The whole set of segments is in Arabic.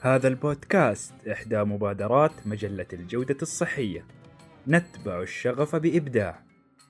هذا البودكاست إحدى مبادرات مجلة الجودة الصحية، نتبع الشغف بإبداع.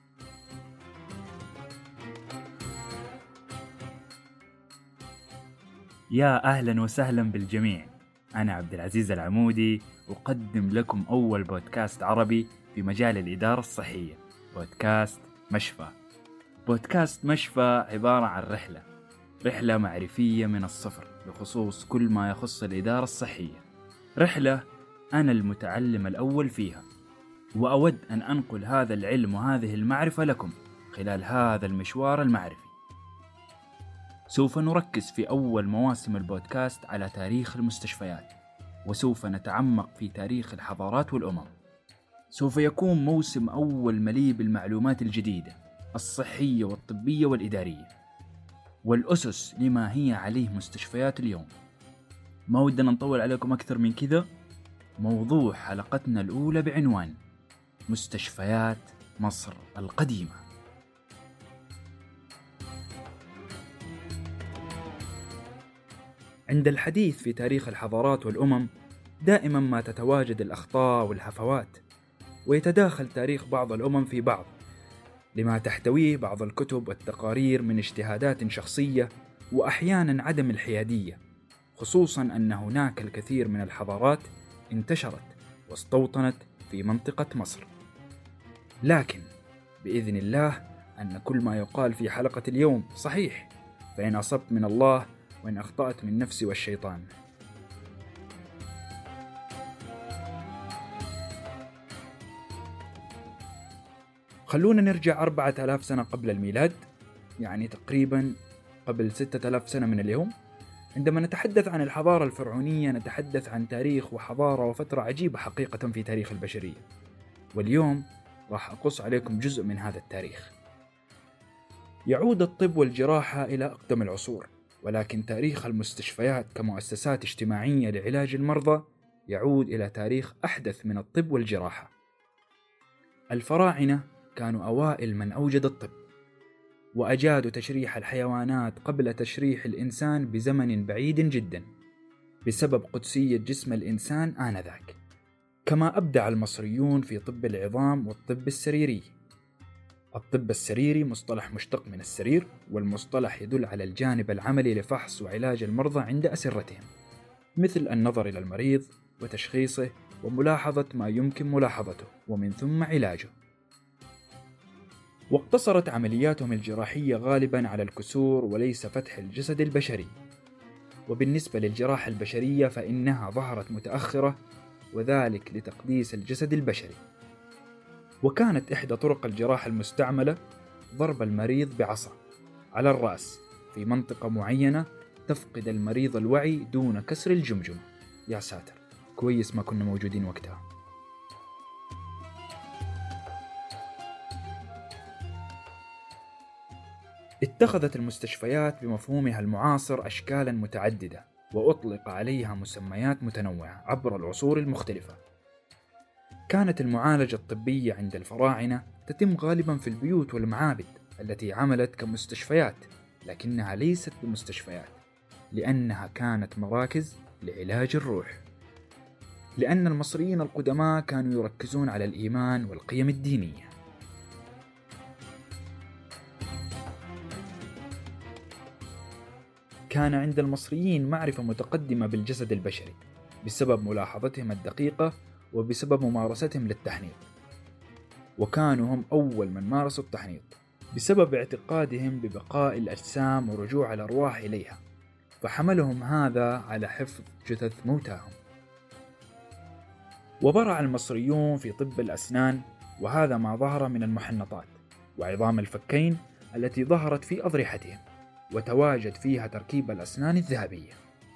يا أهلا وسهلا بالجميع، أنا عبد العزيز العمودي، أقدم لكم أول بودكاست عربي في مجال الإدارة الصحية، بودكاست مشفى. بودكاست مشفى عبارة عن رحلة معرفية من الصفر بخصوص كل ما يخص الإدارة الصحية. رحلة أنا المتعلم الأول فيها، وأود أن أنقل هذا العلم وهذه المعرفة لكم خلال هذا المشوار المعرفي. سوف نركز في أول مواسم البودكاست على تاريخ المستشفيات، وسوف نتعمق في تاريخ الحضارات والأمم. سوف يكون موسم أول مليء بالمعلومات الجديدة الصحية والطبية والإدارية، والأسس لما هي عليه مستشفيات اليوم. ما ودنا نطول عليكم أكثر من كذا. موضوع حلقتنا الأولى بعنوان مستشفيات مصر القديمة. عند الحديث في تاريخ الحضارات والأمم دائما ما تتواجد الأخطاء والهفوات، ويتداخل تاريخ بعض الأمم في بعض لما تحتويه بعض الكتب والتقارير من اجتهادات شخصية وأحيانا عدم الحيادية، خصوصا أن هناك الكثير من الحضارات انتشرت واستوطنت في منطقة مصر. لكن بإذن الله أن كل ما يقال في حلقة اليوم صحيح، فإن أصبت من الله وإن أخطأت من نفسي والشيطان. خلونا نرجع 4000 سنة قبل الميلاد، يعني تقريبا قبل 6000 سنة من اليوم. عندما نتحدث عن الحضارة الفرعونية نتحدث عن تاريخ وحضارة وفترة عجيبة حقيقة في تاريخ البشرية، واليوم راح أقص عليكم جزء من هذا التاريخ. يعود الطب والجراحة إلى أقدم العصور، ولكن تاريخ المستشفيات كمؤسسات اجتماعية لعلاج المرضى يعود إلى تاريخ أحدث من الطب والجراحة. الفراعنة كانوا أوائل من أوجد الطب، وأجادوا تشريح الحيوانات قبل تشريح الإنسان بزمن بعيد جدا بسبب قدسية جسم الإنسان آنذاك. كما أبدع المصريون في طب العظام والطب السريري. الطب السريري مصطلح مشتق من السرير، والمصطلح يدل على الجانب العملي لفحص وعلاج المرضى عند أسرتهم، مثل النظر إلى المريض وتشخيصه وملاحظة ما يمكن ملاحظته ومن ثم علاجه. واقتصرت عملياتهم الجراحية غالبا على الكسور وليس فتح الجسد البشري. وبالنسبة للجراحة البشرية فإنها ظهرت متأخرة، وذلك لتقديس الجسد البشري. وكانت إحدى طرق الجراحة المستعملة ضرب المريض بعصا على الرأس في منطقة معينة تفقد المريض الوعي دون كسر الجمجمة. يا ساتر، كويس ما كنا موجودين وقتها. اتخذت المستشفيات بمفهومها المعاصر أشكالا متعددة، وأطلق عليها مسميات متنوعة عبر العصور المختلفة. كانت المعالجة الطبية عند الفراعنة تتم غالبا في البيوت والمعابد التي عملت كمستشفيات، لكنها ليست بمستشفيات لأنها كانت مراكز لعلاج الروح. لأن المصريين القدماء كانوا يركزون على الإيمان والقيم الدينية. كان عند المصريين معرفة متقدمة بالجسد البشري بسبب ملاحظتهم الدقيقة وبسبب ممارستهم للتحنيط، وكانوا هم أول من مارسوا التحنيط بسبب اعتقادهم ببقاء الأجسام ورجوع الأرواح إليها، فحملهم هذا على حفظ جثث موتاهم. وبرع المصريون في طب الأسنان، وهذا ما ظهر من المحنطات وعظام الفكين التي ظهرت في أضرحتهم، وتواجد فيها تركيب الأسنان الذهبية.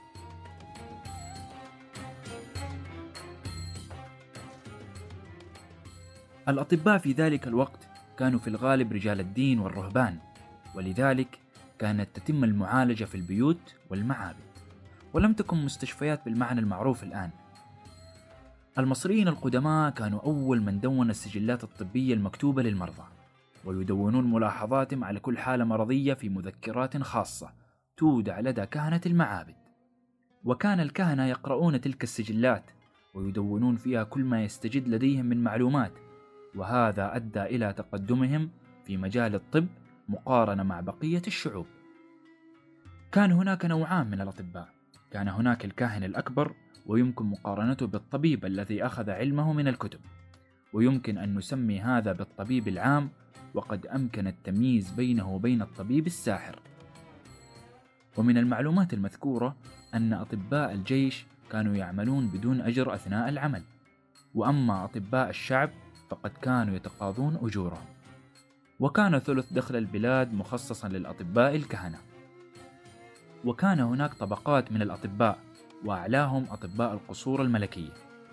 الأطباء في ذلك الوقت كانوا في الغالب رجال الدين والرهبان، ولذلك كانت تتم المعالجة في البيوت والمعابد، ولم تكن مستشفيات بالمعنى المعروف الآن. المصريين القدماء كانوا أول من دون السجلات الطبية المكتوبة للمرضى، ويدونون ملاحظاتهم على كل حالة مرضية في مذكرات خاصة تودع لدى كهنة المعابد. وكان الكهنة يقرؤون تلك السجلات ويدونون فيها كل ما يستجد لديهم من معلومات، وهذا أدى إلى تقدمهم في مجال الطب مقارنة مع بقية الشعوب. كان هناك نوعان من الأطباء، كان هناك الكاهن الأكبر ويمكن مقارنته بالطبيب الذي أخذ علمه من الكتب، ويمكن أن نسمي هذا بالطبيب العام، وقد أمكن التمييز بينه وبين الطبيب الساحر. ومن المعلومات المذكورة أن أطباء الجيش كانوا يعملون بدون أجر أثناء العمل، وأما أطباء الشعب فقد كانوا يتقاضون أجورهم. وكان ثلث دخل البلاد مخصصا للأطباء الكهنة. وكان هناك طبقات من الأطباء، وأعلاهم أطباء القصور الملكية.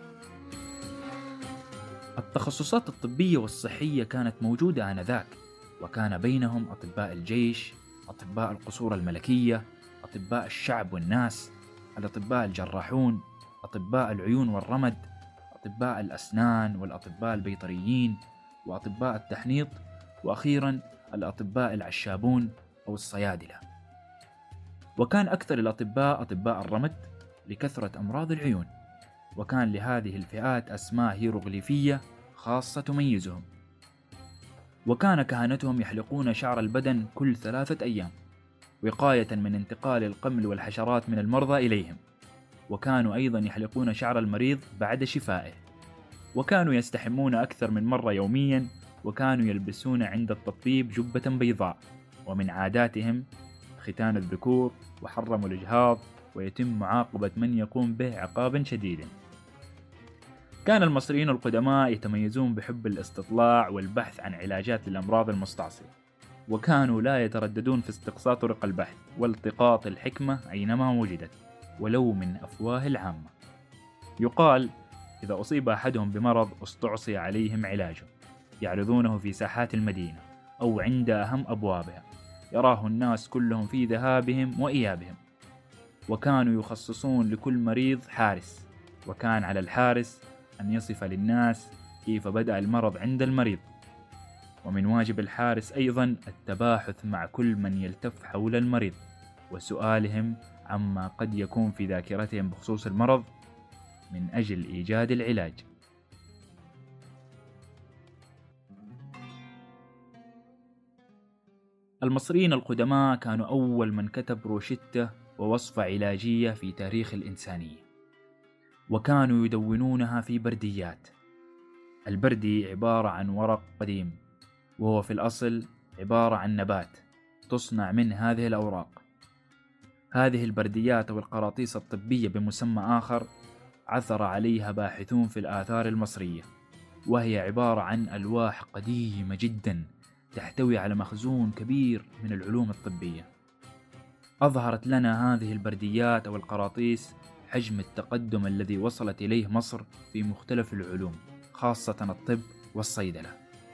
التخصصات الطبية والصحية كانت موجودة آنذاك، وكان بينهم أطباء الجيش، أطباء القصور الملكية، أطباء الشعب والناس، الأطباء الجراحون، أطباء العيون والرمد، أطباء الأسنان والأطباء البيطريين، وأطباء التحنيط، وأخيرا الأطباء العشابون أو الصيادلة. وكان أكثر الأطباء أطباء الرمد لكثرة أمراض العيون، وكان لهذه الفئات أسماء هيروغليفية خاصة تميزهم. وكان كهنتهم يحلقون شعر البدن كل 3 أيام وقاية من انتقال القمل والحشرات من المرضى إليهم، وكانوا أيضا يحلقون شعر المريض بعد شفائه، وكانوا يستحمون أكثر من مرة يوميا، وكانوا يلبسون عند التطبيب جبة بيضاء، ومن عاداتهم ختان الذكور وحرموا الإجهاض، ويتم معاقبة من يقوم به عقابا شديدا. كان المصريين القدماء يتميزون بحب الاستطلاع والبحث عن علاجات للأمراض المستعصية، وكانوا لا يترددون في استقصاء طرق البحث والتقاط الحكمة أينما وجدت ولو من أفواه العامة. يقال إذا أصيب أحدهم بمرض استعصي عليهم علاجه، يعرضونه في ساحات المدينة أو عند أهم أبوابها، يراه الناس كلهم في ذهابهم وإيابهم. وكانوا يخصصون لكل مريض حارس، وكان على الحارس أن يصف للناس كيف بدأ المرض عند المريض. ومن واجب الحارس أيضا التباحث مع كل من يلتف حول المريض وسؤالهم عما قد يكون في ذاكرتهم بخصوص المرض من أجل إيجاد العلاج. المصريين القدماء كانوا أول من كتب روشتة ووصفة علاجية في تاريخ الإنسانية، وكانوا يدونونها في برديات. البردي عبارة عن ورق قديم، وهو في الأصل عبارة عن نبات تصنع من هذه الأوراق. هذه البرديات أو القراطيس الطبية بمسمى آخر عثر عليها باحثون في الآثار المصرية، وهي عبارة عن ألواح قديمة جدا تحتوي على مخزون كبير من العلوم الطبية. أظهرت لنا هذه البرديات أو القراطيس حجم التقدم الذي وصلت إليه مصر في مختلف العلوم، خاصة الطب والصيدلة.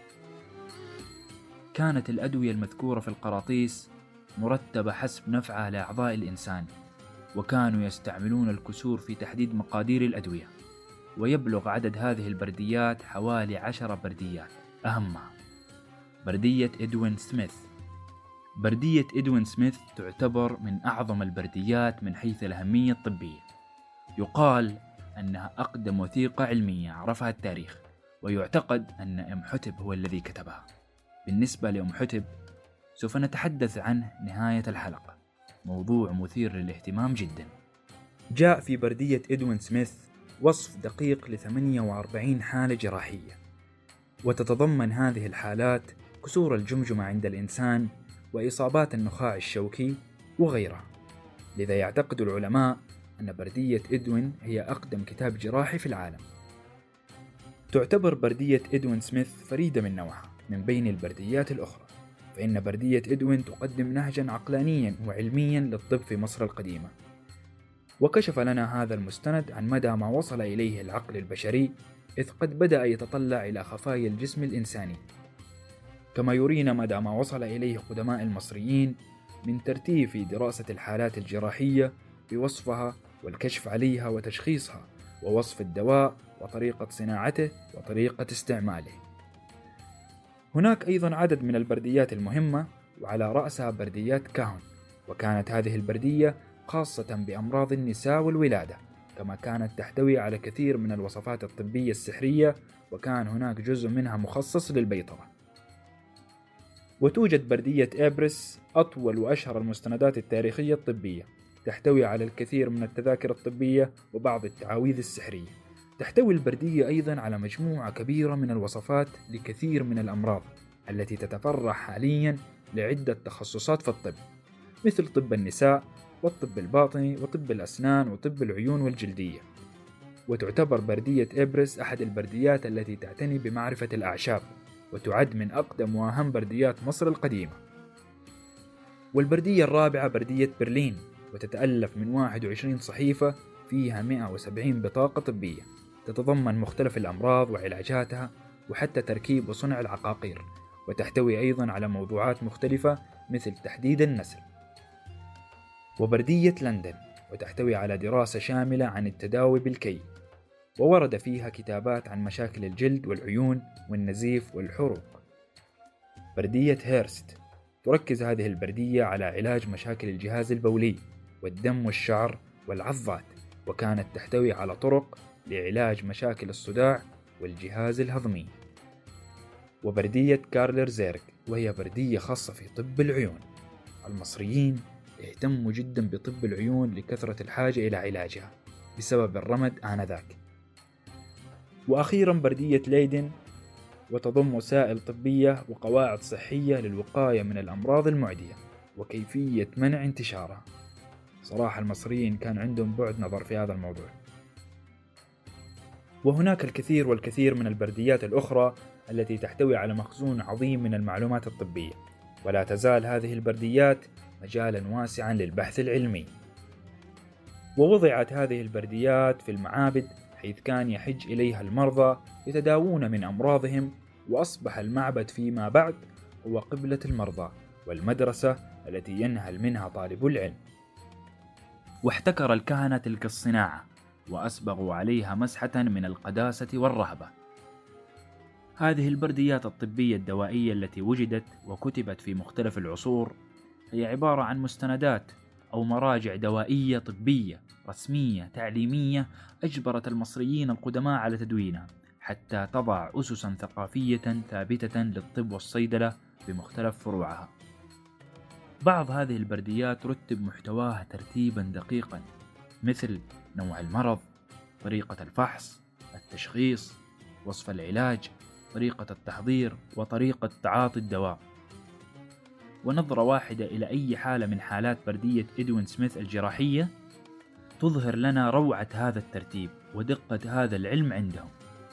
كانت الأدوية المذكورة في القراطيس مرتبة حسب نفعها لأعضاء الإنسان، وكانوا يستعملون الكسور في تحديد مقادير الأدوية، ويبلغ عدد هذه البرديات حوالي 10 برديات. أهمها بردية إدوين سميث. بردية إدوين سميث تعتبر من أعظم البرديات من حيث الأهمية الطبية. يقال أنها أقدم وثيقة علمية عرفها التاريخ، ويعتقد أن إمحتب هو الذي كتبها. بالنسبة لإمحتب سوف نتحدث عنه نهاية الحلقة، موضوع مثير للاهتمام جدا. جاء في بردية إدوين سميث وصف دقيق ل48 حالة جراحية، وتتضمن هذه الحالات كسور الجمجمة عند الإنسان وإصابات النخاع الشوكي وغيرها. لذا يعتقد العلماء أن بردية إدوين هي أقدم كتاب جراحي في العالم. تعتبر بردية إدوين سميث فريدة من نوعها من بين البرديات الأخرى، فإن بردية إدوين تقدم نهجا عقلانيا وعلميا للطب في مصر القديمة، وكشف لنا هذا المستند عن مدى ما وصل إليه العقل البشري، إذ قد بدأ يتطلع إلى خفايا الجسم الإنساني، كما يرينا مدى ما وصل إليه قدماء المصريين من ترتيب في دراسة الحالات الجراحية بوصفها والكشف عليها وتشخيصها، ووصف الدواء وطريقة صناعته وطريقة استعماله. هناك أيضا عدد من البرديات المهمة، وعلى رأسها برديات كاهون، وكانت هذه البردية خاصة بأمراض النساء والولادة، كما كانت تحتوي على كثير من الوصفات الطبية السحرية، وكان هناك جزء منها مخصص للبيطرة. وتوجد بردية إبرس أطول وأشهر المستندات التاريخية الطبية، تحتوي على الكثير من التذاكر الطبية وبعض التعاويذ السحرية. تحتوي البردية أيضا على مجموعة كبيرة من الوصفات لكثير من الأمراض التي تتفرع حاليا لعدة تخصصات في الطب، مثل طب النساء والطب الباطني وطب الأسنان وطب العيون والجلدية. وتعتبر بردية إبرس أحد البرديات التي تعتني بمعرفة الأعشاب، وتعد من أقدم وأهم برديات مصر القديمة. والبردية الرابعة بردية برلين، وتتألف من 21 صحيفة فيها 170 بطاقة طبية، تتضمن مختلف الأمراض وعلاجاتها وحتى تركيب وصنع العقاقير، وتحتوي أيضا على موضوعات مختلفة مثل تحديد النسل. وبردية لندن، وتحتوي على دراسة شاملة عن التداوي بالكي، وورد فيها كتابات عن مشاكل الجلد والعيون والنزيف والحروق. بردية هيرست، تركز هذه البردية على علاج مشاكل الجهاز البولي والدم والشعر والعضات، وكانت تحتوي على طرق لعلاج مشاكل الصداع والجهاز الهضمي. وبردية كارلر زيرك، وهي بردية خاصة في طب العيون. المصريين اهتموا جدا بطب العيون لكثرة الحاجة إلى علاجها بسبب الرمد آنذاك. وأخيرا بردية ليدن، وتضم وسائل طبية وقواعد صحية للوقاية من الأمراض المعدية وكيفية منع انتشارها. صراحة المصريين كان عندهم بعد نظر في هذا الموضوع. وهناك الكثير والكثير من البرديات الأخرى التي تحتوي على مخزون عظيم من المعلومات الطبية، ولا تزال هذه البرديات مجالا واسعا للبحث العلمي. ووضعت هذه البرديات في المعابد حيث كان يحج إليها المرضى يتداوون من أمراضهم، وأصبح المعبد فيما بعد هو قبلة المرضى والمدرسة التي ينهل منها طالب العلم. واحتكر الكهنة تلك الصناعة وأسبغوا عليها مسحة من القداسة والرهبة. هذه البرديات الطبية الدوائية التي وجدت وكتبت في مختلف العصور هي عبارة عن مستندات أو مراجع دوائية طبية رسمية تعليمية أجبرت المصريين القدماء على تدوينها حتى تضع أسسا ثقافية ثابتة للطب والصيدلة بمختلف فروعها. بعض هذه البرديات رتب محتواها ترتيبا دقيقا، مثل نوع المرض، طريقة الفحص، التشخيص، وصف العلاج، طريقة التحضير، وطريقة تعاطي الدواء. ونظرة واحدة إلى أي حالة من حالات بردية إدوين سميث الجراحية تظهر لنا روعة هذا الترتيب ودقة هذا العلم عندهم.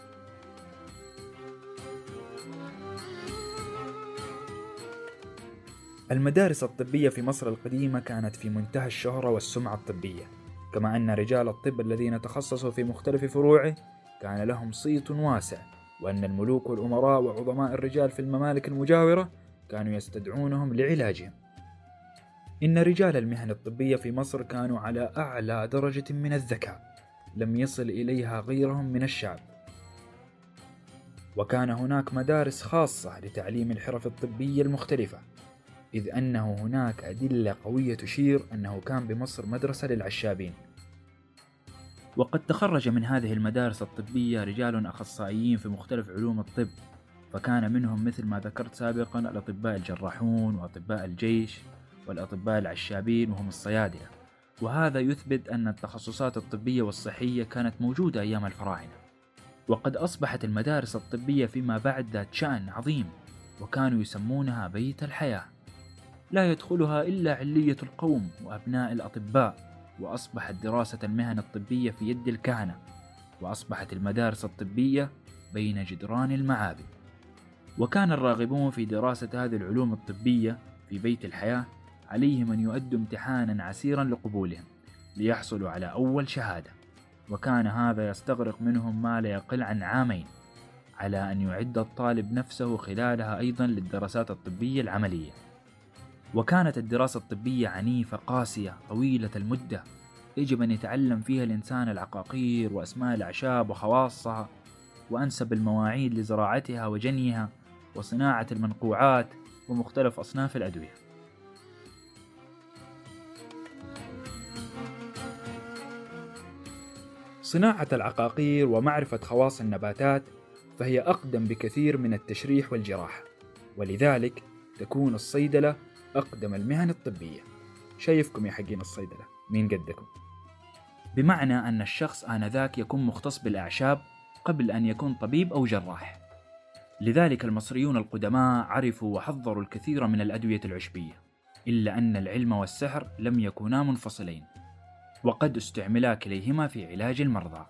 المدارس الطبية في مصر القديمة كانت في منتهى الشهرة والسمعة الطبية، كما أن رجال الطب الذين تخصصوا في مختلف فروعه كان لهم صيت واسع، وأن الملوك والأمراء وعظماء الرجال في الممالك المجاورة كانوا يستدعونهم لعلاجهم. إن رجال المهن الطبية في مصر كانوا على أعلى درجة من الذكاء لم يصل إليها غيرهم من الشعب، وكان هناك مدارس خاصة لتعليم الحرف الطبية المختلفة، إذ أنه هناك أدلة قوية تشير أنه كان بمصر مدرسة للعشابين. وقد تخرج من هذه المدارس الطبية رجال أخصائيين في مختلف علوم الطب، فكان منهم مثل ما ذكرت سابقا الأطباء الجراحون وأطباء الجيش والأطباء العشابين وهم الصيادلة. وهذا يثبت أن التخصصات الطبية والصحية كانت موجودة أيام الفراعنة. وقد أصبحت المدارس الطبية فيما بعد ذات شأن عظيم، وكانوا يسمونها بيت الحياة، لا يدخلها إلا علية القوم وأبناء الأطباء. وأصبحت دراسة المهن الطبية في يد الكهنة، وأصبحت المدارس الطبية بين جدران المعابد. وكان الراغبون في دراسة هذه العلوم الطبية في بيت الحياة عليهم أن يؤدوا امتحانا عسيرا لقبولهم ليحصلوا على أول شهادة، وكان هذا يستغرق منهم ما لا يقل عن 2 عام على أن يعد الطالب نفسه خلالها أيضا للدراسات الطبية العملية. وكانت الدراسة الطبية عنيفة قاسية طويلة المدة، يجب أن يتعلم فيها الإنسان العقاقير وأسماء الأعشاب وخواصها وأنسب المواعيد لزراعتها وجنيها وصناعة المنقوعات ومختلف أصناف الأدوية. صناعة العقاقير ومعرفة خواص النباتات فهي أقدم بكثير من التشريح والجراحة، ولذلك تكون الصيدلة أقدم المهن الطبية. شايفكم يا حقين الصيدلة، مين قدكم؟ بمعنى أن الشخص آنذاك يكون مختص بالأعشاب قبل أن يكون طبيب أو جراح. لذلك المصريون القدماء عرفوا وحضروا الكثير من الأدوية العشبية، إلا أن العلم والسحر لم يكونا منفصلين، وقد استعملا كليهما في علاج المرضى.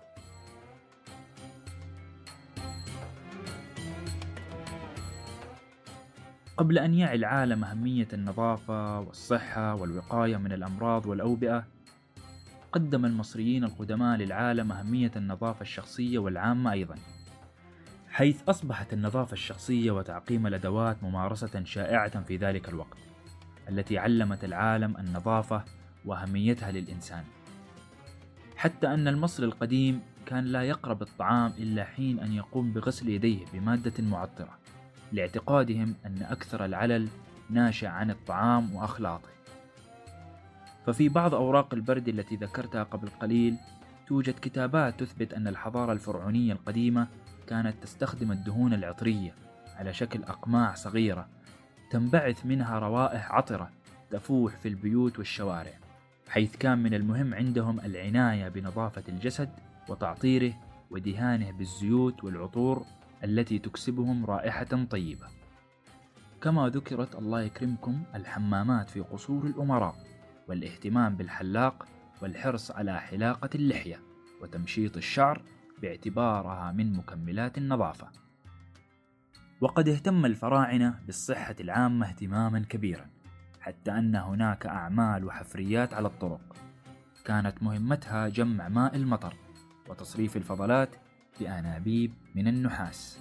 قبل أن يعي العالم أهمية النظافة والصحة والوقاية من الأمراض والأوبئة، قدم المصريين القدماء للعالم أهمية النظافة الشخصية والعامة أيضا، حيث أصبحت النظافة الشخصية وتعقيم الأدوات ممارسة شائعة في ذلك الوقت، التي علمت العالم النظافة وأهميتها للإنسان، حتى أن المصري القديم كان لا يقرب الطعام إلا حين أن يقوم بغسل يديه بمادة معطرة، لاعتقادهم أن أكثر العلل ناشئ عن الطعام وأخلاطه. ففي بعض أوراق البرد التي ذكرتها قبل قليل توجد كتابات تثبت أن الحضارة الفرعونية القديمة كانت تستخدم الدهون العطرية على شكل أقماع صغيرة تنبعث منها روائح عطرة تفوح في البيوت والشوارع، حيث كان من المهم عندهم العناية بنظافة الجسد وتعطيره ودهانه بالزيوت والعطور التي تكسبهم رائحة طيبة. كما ذكرت الله يكرمكم الحمامات في قصور الأمراء، والاهتمام بالحلاق والحرص على حلاقة اللحية وتمشيط الشعر باعتبارها من مكملات النظافة. وقد اهتم الفراعنة بالصحة العامة اهتماما كبيرا، حتى أن هناك أعمال وحفريات على الطرق كانت مهمتها جمع ماء المطر وتصريف الفضلات بأنابيب من النحاس.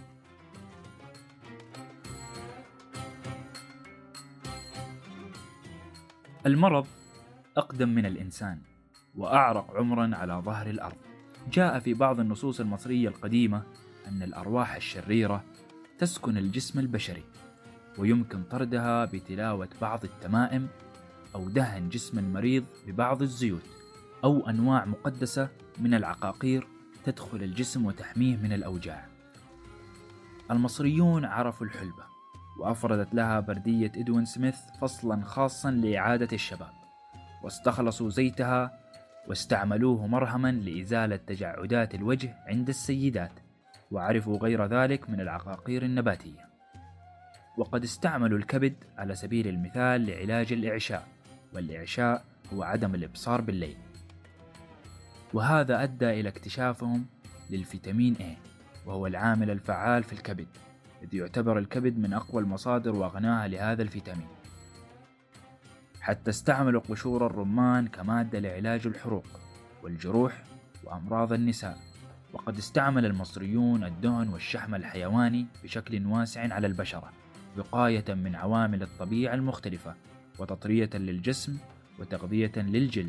المرض أقدم من الإنسان وأعرق عمرا على ظهر الأرض. جاء في بعض النصوص المصرية القديمة أن الأرواح الشريرة تسكن الجسم البشري، ويمكن طردها بتلاوة بعض التمائم أو دهن جسم المريض ببعض الزيوت أو أنواع مقدسة من العقاقير تدخل الجسم وتحميه من الأوجاع. المصريون عرفوا الحلبة وأفردت لها بردية إدوين سميث فصلا خاصا لإعادة الشباب، واستخلصوا زيتها واستعملوه مرهما لإزالة تجعدات الوجه عند السيدات، وعرفوا غير ذلك من العقاقير النباتية. وقد استعملوا الكبد على سبيل المثال لعلاج الإعشاء، والإعشاء هو عدم الإبصار بالليل، وهذا أدى إلى اكتشافهم للفيتامين A، وهو العامل الفعال في الكبد، إذ يعتبر الكبد من أقوى المصادر وأغناها لهذا الفيتامين. حتى استعملوا قشور الرمان كمادة لعلاج الحروق والجروح وأمراض النساء. وقد استعمل المصريون الدهن والشحم الحيواني بشكل واسع على البشرة، وقاية من عوامل الطبيعة المختلفة، وتطرية للجسم وتغذية للجلد.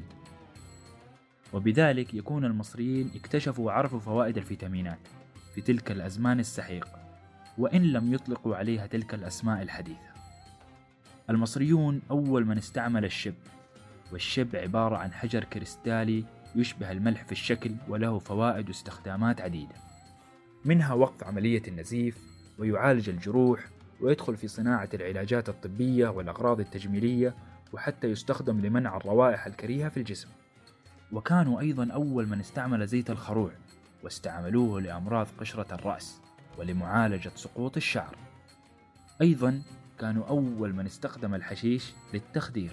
وبذلك يكون المصريين اكتشفوا وعرفوا فوائد الفيتامينات في تلك الأزمان السحيقة، وإن لم يطلقوا عليها تلك الأسماء الحديثة. المصريون أول من استعمل الشب، والشب عبارة عن حجر كريستالي يشبه الملح في الشكل، وله فوائد واستخدامات عديدة، منها وقف عملية النزيف، ويعالج الجروح، ويدخل في صناعة العلاجات الطبية والأغراض التجميلية، وحتى يستخدم لمنع الروائح الكريهة في الجسم. وكانوا أيضا أول من استعمل زيت الخروع، واستعملوه لأمراض قشرة الرأس ولمعالجة سقوط الشعر. أيضا كانوا أول من استخدم الحشيش للتخدير.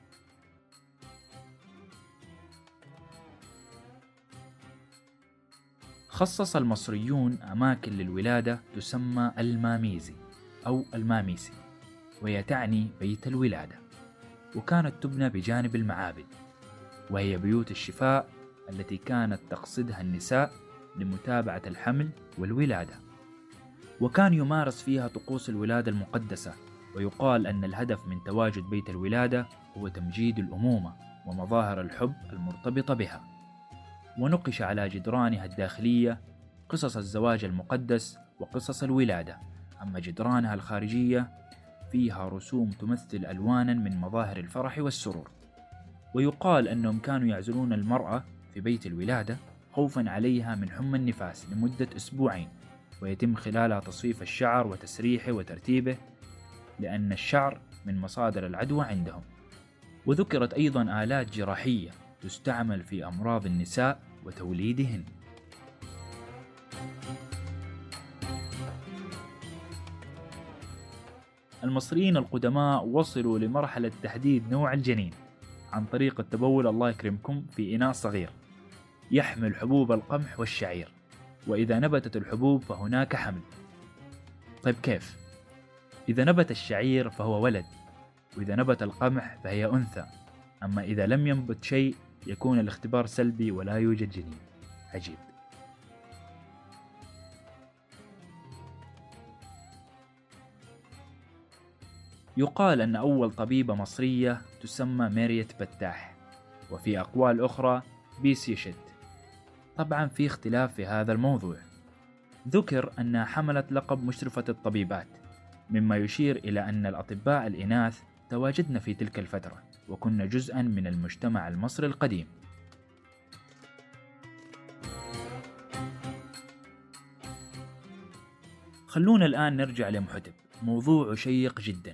خصص المصريون أماكن للولادة تسمى الماميزي أو الماميسي، وهي تعني بيت الولادة، وكانت تبنى بجانب المعابد، وهي بيوت الشفاء التي كانت تقصدها النساء لمتابعة الحمل والولادة. وكان يمارس فيها طقوس الولادة المقدسة، ويقال أن الهدف من تواجد بيت الولادة هو تمجيد الأمومة ومظاهر الحب المرتبطة بها. ونقش على جدرانها الداخلية قصص الزواج المقدس وقصص الولادة، أما جدرانها الخارجية فيها رسوم تمثل ألوانا من مظاهر الفرح والسرور. ويقال أنهم كانوا يعزلون المرأة في بيت الولادة خوفا عليها من حمى النفاس لمدة 2 أسبوع، ويتم خلالها تصفيف الشعر وتسريحه وترتيبه، لأن الشعر من مصادر العدوى عندهم. وذكرت أيضا آلات جراحية تستعمل في أمراض النساء وتوليدهن. المصريين القدماء وصلوا لمرحلة تحديد نوع الجنين عن طريق التبول، الله يكرمكم، في إناء صغير يحمل حبوب القمح والشعير، وإذا نبتت الحبوب فهناك حمل. طيب كيف؟ إذا نبت الشعير فهو ولد، وإذا نبت القمح فهي أنثى، أما إذا لم ينبت شيء يكون الاختبار سلبي ولا يوجد جنين. عجيب. يقال أن أول طبيبة مصرية تسمى مارية بتاح، وفي أقوال أخرى بيسيشت. طبعا في اختلاف في هذا الموضوع. ذكر أنها حملت لقب مشرفة الطبيبات، مما يشير إلى أن الأطباء الإناث تواجدن في تلك الفترة وكن جزءا من المجتمع المصري القديم. خلونا الآن نرجع لأم حتب، موضوع شيق جدا.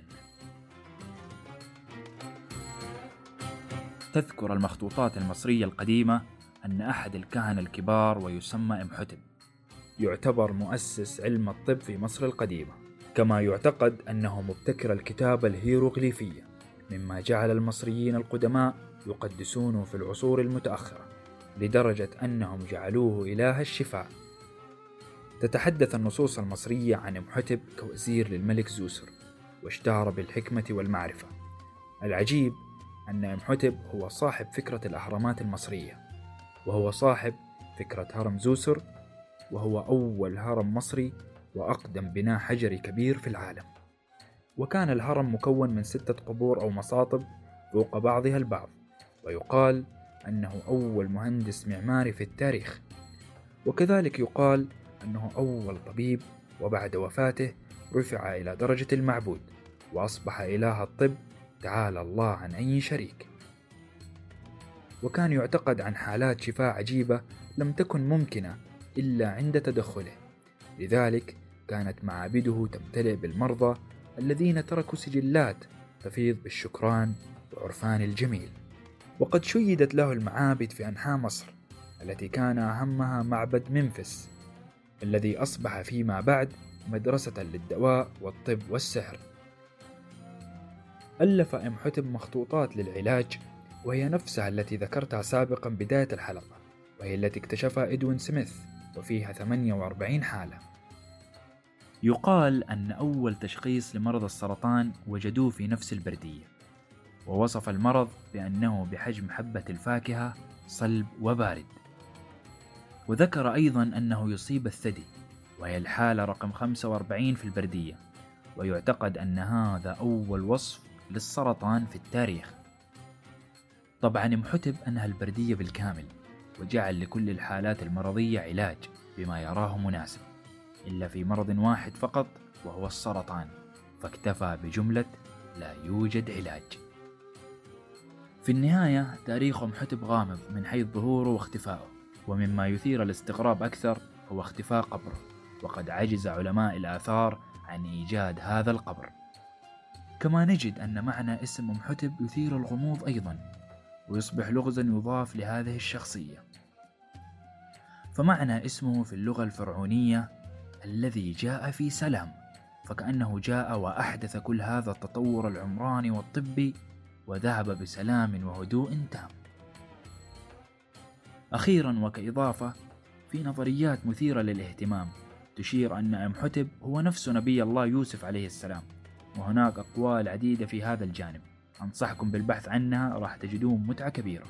تذكر المخطوطات المصرية القديمة أن أحد الكهنة الكبار ويسمى أم حتب يعتبر مؤسس علم الطب في مصر القديمة، كما يعتقد أنه مبتكر الكتابة الهيروغليفية، مما جعل المصريين القدماء يقدسونه في العصور المتأخرة لدرجة أنهم جعلوه إله الشفاء. تتحدث النصوص المصرية عن أم حتب كوزير للملك زوسر، واشتهر بالحكمة والمعرفة. العجيب أن أم حتب هو صاحب فكرة الأهرامات المصرية، وهو صاحب فكرة هرم زوسر، وهو أول هرم مصري وأقدم بناء حجري كبير في العالم. وكان الهرم مكون من 6 قبور أو مصاطب فوق بعضها البعض، ويقال أنه أول مهندس معماري في التاريخ. وكذلك يقال أنه أول طبيب، وبعد وفاته رفع إلى درجة المعبود وأصبح إله الطب تعالى الله عن أي شريك. وكان يعتقد عن حالات شفاء عجيبة لم تكن ممكنة إلا عند تدخله، لذلك كانت معابده تمتلئ بالمرضى الذين تركوا سجلات تفيض بالشكران وعرفان الجميل. وقد شيدت له المعابد في أنحاء مصر، التي كان أهمها معبد منفس الذي أصبح فيما بعد مدرسة للدواء والطب والسحر. ألف أم حتب مخطوطات للعلاج، وهي نفسها التي ذكرتها سابقا بداية الحلقة، وهي التي اكتشفها إدوين سميث، وفيها 48 حالة. يقال أن أول تشخيص لمرض السرطان وجدوه في نفس البردية، ووصف المرض بأنه بحجم حبة الفاكهة، صلب وبارد. وذكر أيضا أنه يصيب الثدي، وهي الحالة رقم 45 في البردية، ويعتقد أن هذا أول وصف للسرطان في التاريخ. طبعا أم حتب أنهى البردية بالكامل، وجعل لكل الحالات المرضية علاج بما يراه مناسب، إلا في مرض واحد فقط وهو السرطان، فاكتفى بجملة لا يوجد علاج. في النهاية تاريخ أم حتب غامض من حيث ظهوره واختفائه، ومما يثير الاستغراب أكثر هو اختفاء قبره، وقد عجز علماء الآثار عن إيجاد هذا القبر. كما نجد أن معنى اسم أم حتب يثير الغموض أيضا، ويصبح لغزا يضاف لهذه الشخصية. فمعنى اسمه في اللغة الفرعونية الذي جاء في سلام، فكأنه جاء وأحدث كل هذا التطور العمراني والطبي وذهب بسلام وهدوء تام. أخيرا وكإضافة، في نظريات مثيرة للاهتمام تشير أن أم حتب هو نفس نبي الله يوسف عليه السلام، وهناك أقوال عديدة في هذا الجانب، أنصحكم بالبحث عنها، راح تجدون متعة كبيرة.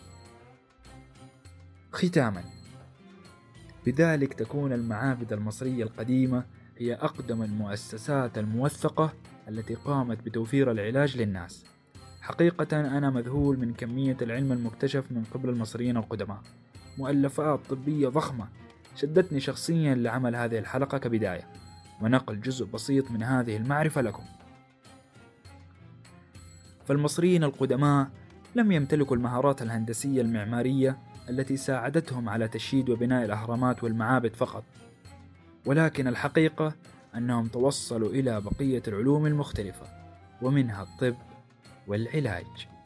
ختاما، بذلك تكون المعابد المصرية القديمة هي أقدم المؤسسات الموثقة التي قامت بتوفير العلاج للناس. حقيقة أنا مذهول من كمية العلم المكتشف من قبل المصريين القدماء، مؤلفات طبية ضخمة شدتني شخصيا لعمل هذه الحلقة كبداية، ونقل جزء بسيط من هذه المعرفة لكم. فالمصريين القدماء لم يمتلكوا المهارات الهندسية المعمارية التي ساعدتهم على تشييد وبناء الأهرامات والمعابد فقط، ولكن الحقيقة أنهم توصلوا إلى بقية العلوم المختلفة ومنها الطب والعلاج.